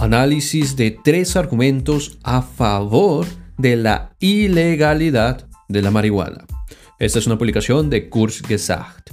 análisis de 3 argumentos a favor de la ilegalidad de la marihuana. Esta es una publicación de Kurzgesagt.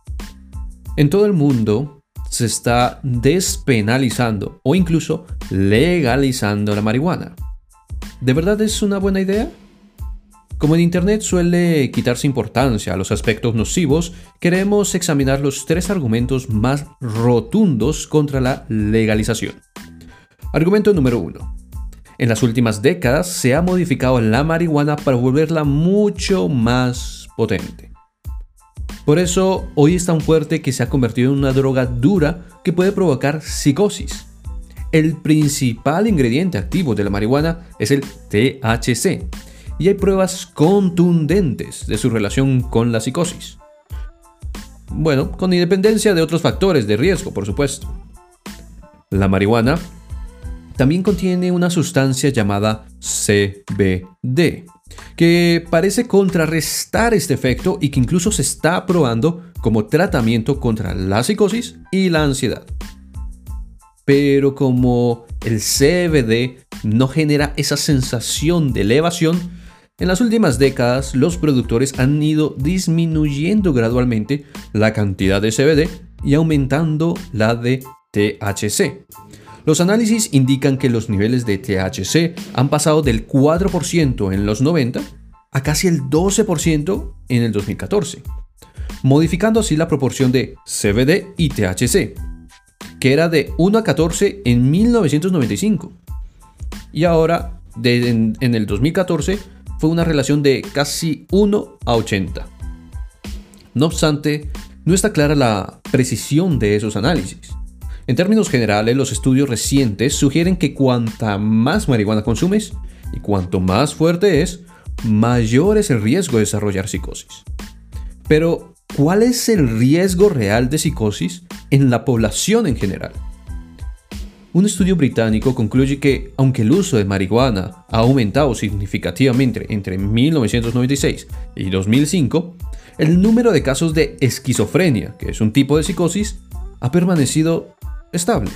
En todo el mundo se está despenalizando o incluso legalizando la marihuana. ¿De verdad es una buena idea? Como en Internet suele quitarse importancia a los aspectos nocivos, queremos examinar los 3 argumentos más rotundos contra la legalización. Argumento número 1. En las últimas décadas se ha modificado la marihuana para volverla mucho más potente. Por eso hoy es tan fuerte que se ha convertido en una droga dura que puede provocar psicosis. El principal ingrediente activo de la marihuana es el THC. Y hay pruebas contundentes de su relación con la psicosis. Bueno, con independencia de otros factores de riesgo, por supuesto. La marihuana también contiene una sustancia llamada CBD, que parece contrarrestar este efecto y que incluso se está probando como tratamiento contra la psicosis y la ansiedad. Pero como el CBD no genera esa sensación de elevación, en las últimas décadas, los productores han ido disminuyendo gradualmente la cantidad de CBD y aumentando la de THC. Los análisis indican que los niveles de THC han pasado del 4% en los 90 a casi el 12% en el 2014, modificando así la proporción de CBD y THC, que era de 1 a 14 en 1995, y ahora en el 2014 fue una relación de casi 1 a 80. No obstante, no está clara la precisión de esos análisis. En términos generales, los estudios recientes sugieren que cuanta más marihuana consumes y cuanto más fuerte es, mayor es el riesgo de desarrollar psicosis. Pero, ¿cuál es el riesgo real de psicosis en la población en general? Un estudio británico concluye que, aunque el uso de marihuana ha aumentado significativamente entre 1996 y 2005, el número de casos de esquizofrenia, que es un tipo de psicosis, ha permanecido estable.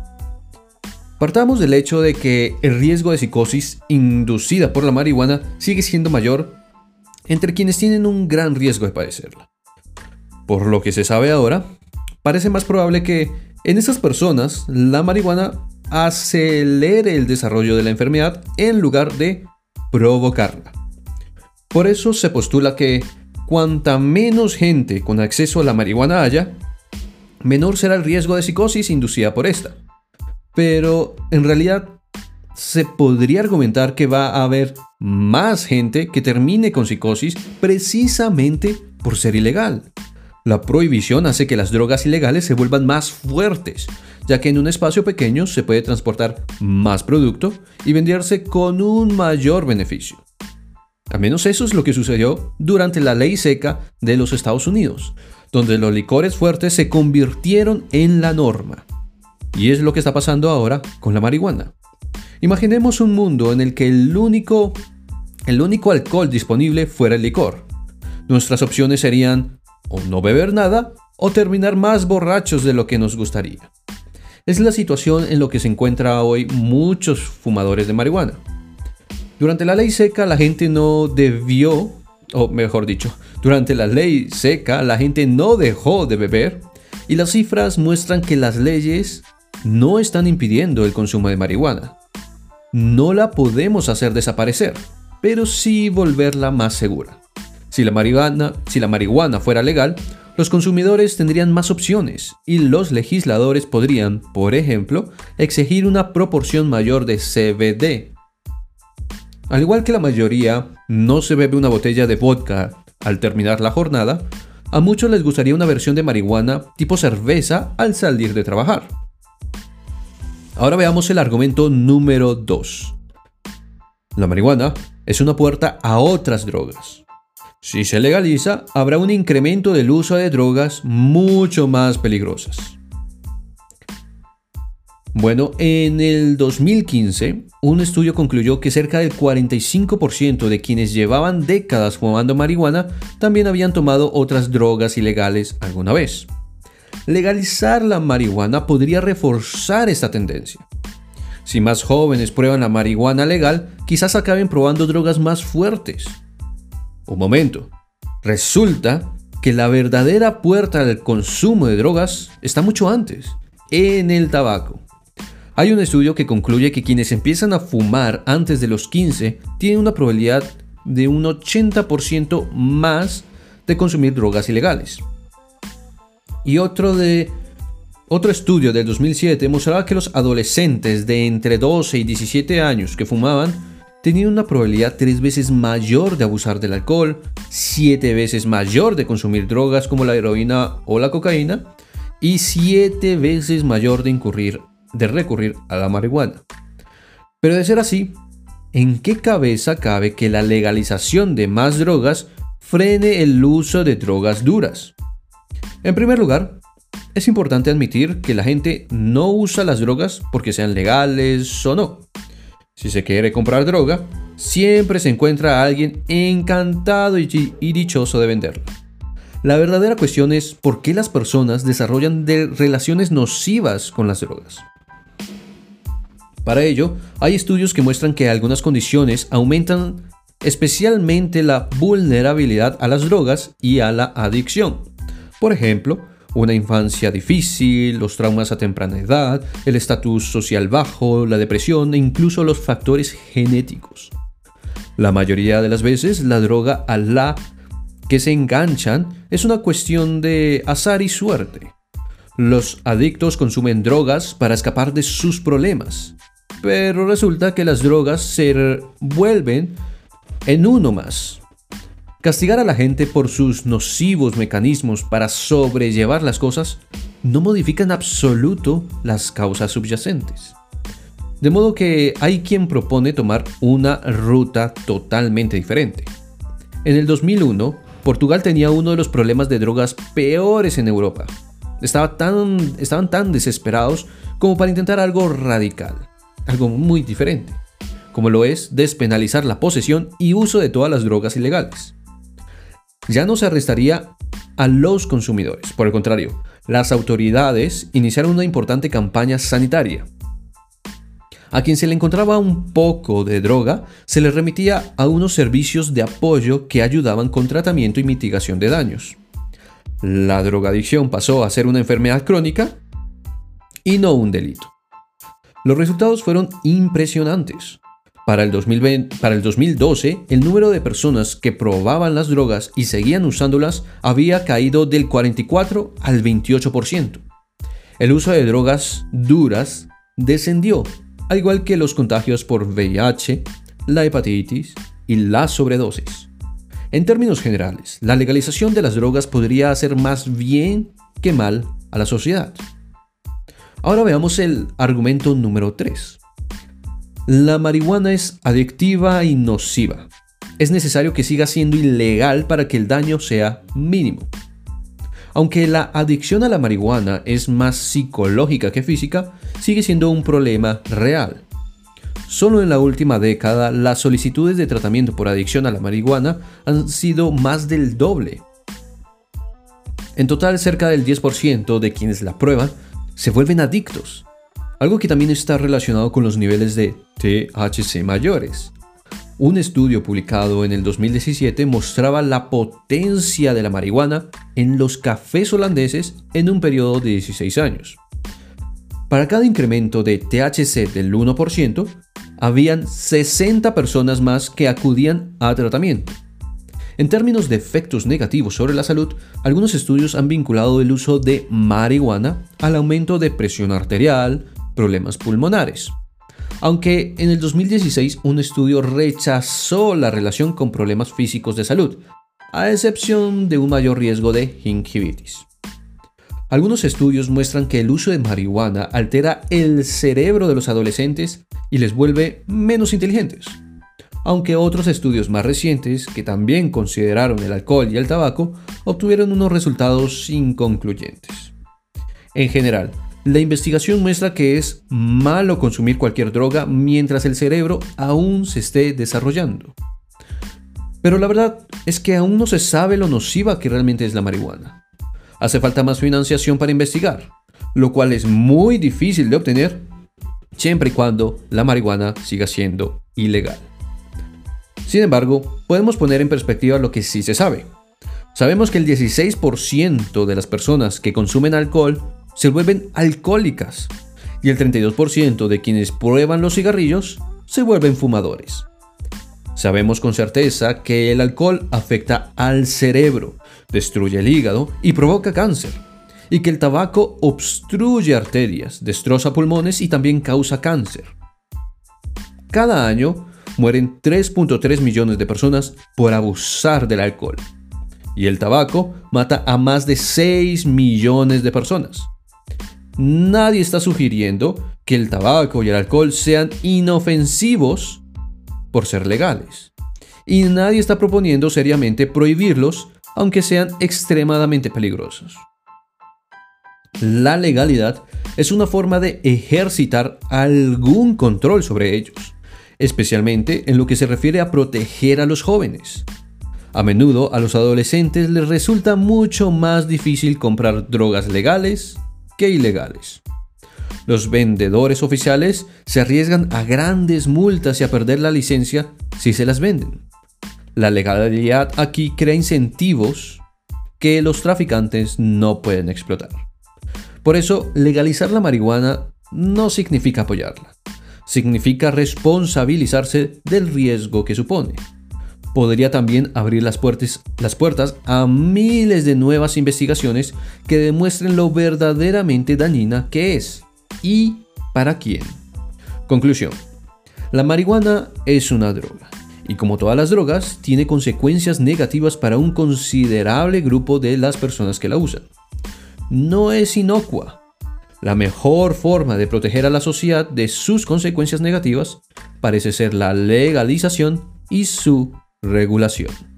Partamos del hecho de que el riesgo de psicosis inducida por la marihuana sigue siendo mayor entre quienes tienen un gran riesgo de padecerla. Por lo que se sabe ahora, parece más probable que en esas personas la marihuana acelere el desarrollo de la enfermedad en lugar de provocarla. Por eso se postula que cuanta menos gente con acceso a la marihuana haya, menor será el riesgo de psicosis inducida por esta. Pero en realidad se podría argumentar que va a haber más gente que termine con psicosis precisamente por ser ilegal. La prohibición hace que las drogas ilegales se vuelvan más fuertes, ya que en un espacio pequeño se puede transportar más producto y venderse con un mayor beneficio. Al menos eso es lo que sucedió durante la ley seca de los Estados Unidos, donde los licores fuertes se convirtieron en la norma. Y es lo que está pasando ahora con la marihuana. Imaginemos un mundo en el que el único alcohol disponible fuera el licor. Nuestras opciones serían o no beber nada o terminar más borrachos de lo que nos gustaría. Es la situación en la que se encuentran hoy muchos fumadores de marihuana. Durante la ley seca la gente no debió, o mejor dicho, durante la ley seca la gente no dejó de beber y las cifras muestran que las leyes no están impidiendo el consumo de marihuana. No la podemos hacer desaparecer, pero sí volverla más segura. Si la marihuana fuera legal, los consumidores tendrían más opciones y los legisladores podrían, por ejemplo, exigir una proporción mayor de CBD. Al igual que la mayoría no se bebe una botella de vodka al terminar la jornada, a muchos les gustaría una versión de marihuana tipo cerveza al salir de trabajar. Ahora veamos el argumento número 2. La marihuana es una puerta a otras drogas. Si se legaliza, habrá un incremento del uso de drogas mucho más peligrosas. Bueno, en el 2015, un estudio concluyó que cerca del 45% de quienes llevaban décadas fumando marihuana también habían tomado otras drogas ilegales alguna vez. Legalizar la marihuana podría reforzar esta tendencia. Si más jóvenes prueban la marihuana legal, quizás acaben probando drogas más fuertes. Un momento. Resulta que la verdadera puerta al consumo de drogas está mucho antes, en el tabaco. Hay un estudio que concluye que quienes empiezan a fumar antes de los 15 tienen una probabilidad de un 80% más de consumir drogas ilegales. Y otro estudio del 2007 mostraba que los adolescentes de entre 12 y 17 años que fumaban tenían una probabilidad 3 veces mayor de abusar del alcohol, 7 veces mayor de consumir drogas como la heroína o la cocaína y 7 veces mayor de recurrir a la marihuana. Pero de ser así, ¿en qué cabeza cabe que la legalización de más drogas frene el uso de drogas duras? En primer lugar, es importante admitir que la gente no usa las drogas porque sean legales o no. Si se quiere comprar droga, siempre se encuentra a alguien encantado y dichoso de venderla. La verdadera cuestión es por qué las personas desarrollan relaciones nocivas con las drogas. Para ello, hay estudios que muestran que algunas condiciones aumentan especialmente la vulnerabilidad a las drogas y a la adicción. Por ejemplo, una infancia difícil, los traumas a temprana edad, el estatus social bajo, la depresión e incluso los factores genéticos. La mayoría de las veces, la droga a la que se enganchan es una cuestión de azar y suerte. Los adictos consumen drogas para escapar de sus problemas, pero resulta que las drogas se vuelven en uno más. Castigar a la gente por sus nocivos mecanismos para sobrellevar las cosas no modifica en absoluto las causas subyacentes. De modo que hay quien propone tomar una ruta totalmente diferente. En el 2001, Portugal tenía uno de los problemas de drogas peores en Europa. Estaban tan desesperados como para intentar algo radical, algo muy diferente, como lo es despenalizar la posesión y uso de todas las drogas ilegales. Ya no se arrestaría a los consumidores, por el contrario, las autoridades iniciaron una importante campaña sanitaria. A quien se le encontraba un poco de droga, se le remitía a unos servicios de apoyo que ayudaban con tratamiento y mitigación de daños. La drogadicción pasó a ser una enfermedad crónica y no un delito. Los resultados fueron impresionantes. Para el 2012, el número de personas que probaban las drogas y seguían usándolas había caído del 44 al 28%. El uso de drogas duras descendió, al igual que los contagios por VIH, la hepatitis y la sobredosis. En términos generales, la legalización de las drogas podría hacer más bien que mal a la sociedad. Ahora veamos el argumento número 3. La marihuana es adictiva y nociva. Es necesario que siga siendo ilegal para que el daño sea mínimo. Aunque la adicción a la marihuana es más psicológica que física, sigue siendo un problema real. Solo en la última década, las solicitudes de tratamiento por adicción a la marihuana han sido más del doble. En total, cerca del 10% de quienes la prueban se vuelven adictos. Algo que también está relacionado con los niveles de THC mayores. Un estudio publicado en el 2017 mostraba la potencia de la marihuana en los cafés holandeses en un periodo de 16 años. Para cada incremento de THC del 1%, habían 60 personas más que acudían a tratamiento. En términos de efectos negativos sobre la salud, algunos estudios han vinculado el uso de marihuana al aumento de presión arterial, problemas pulmonares. Aunque en el 2016 un estudio rechazó la relación con problemas físicos de salud, a excepción de un mayor riesgo de gingivitis. Algunos estudios muestran que el uso de marihuana altera el cerebro de los adolescentes y les vuelve menos inteligentes. Aunque otros estudios más recientes, que también consideraron el alcohol y el tabaco, obtuvieron unos resultados inconcluyentes. En general, la investigación muestra que es malo consumir cualquier droga mientras el cerebro aún se esté desarrollando. Pero la verdad es que aún no se sabe lo nociva que realmente es la marihuana. Hace falta más financiación para investigar, lo cual es muy difícil de obtener siempre y cuando la marihuana siga siendo ilegal. Sin embargo, podemos poner en perspectiva lo que sí se sabe. Sabemos que el 16% de las personas que consumen alcohol se vuelven alcohólicas y el 32% de quienes prueban los cigarrillos se vuelven fumadores. Sabemos con certeza que el alcohol afecta al cerebro, destruye el hígado y provoca cáncer, y que el tabaco obstruye arterias, destroza pulmones y también causa cáncer. Cada año mueren 3.3 millones de personas por abusar del alcohol, y el tabaco mata a más de 6 millones de personas. Nadie está sugiriendo que el tabaco y el alcohol sean inofensivos por ser legales. Y nadie está proponiendo seriamente prohibirlos, aunque sean extremadamente peligrosos. La legalidad es una forma de ejercitar algún control sobre ellos, especialmente en lo que se refiere a proteger a los jóvenes. A menudo a los adolescentes les resulta mucho más difícil comprar drogas legales que ilegales. Los vendedores oficiales se arriesgan a grandes multas y a perder la licencia si se las venden. La legalidad aquí crea incentivos que los traficantes no pueden explotar. Por eso, legalizar la marihuana no significa apoyarla. Significa responsabilizarse del riesgo que supone. Podría también abrir las puertas a miles de nuevas investigaciones que demuestren lo verdaderamente dañina que es y para quién. Conclusión. La marihuana es una droga y, como todas las drogas, tiene consecuencias negativas para un considerable grupo de las personas que la usan. No es inocua. La mejor forma de proteger a la sociedad de sus consecuencias negativas parece ser la legalización y su regulación.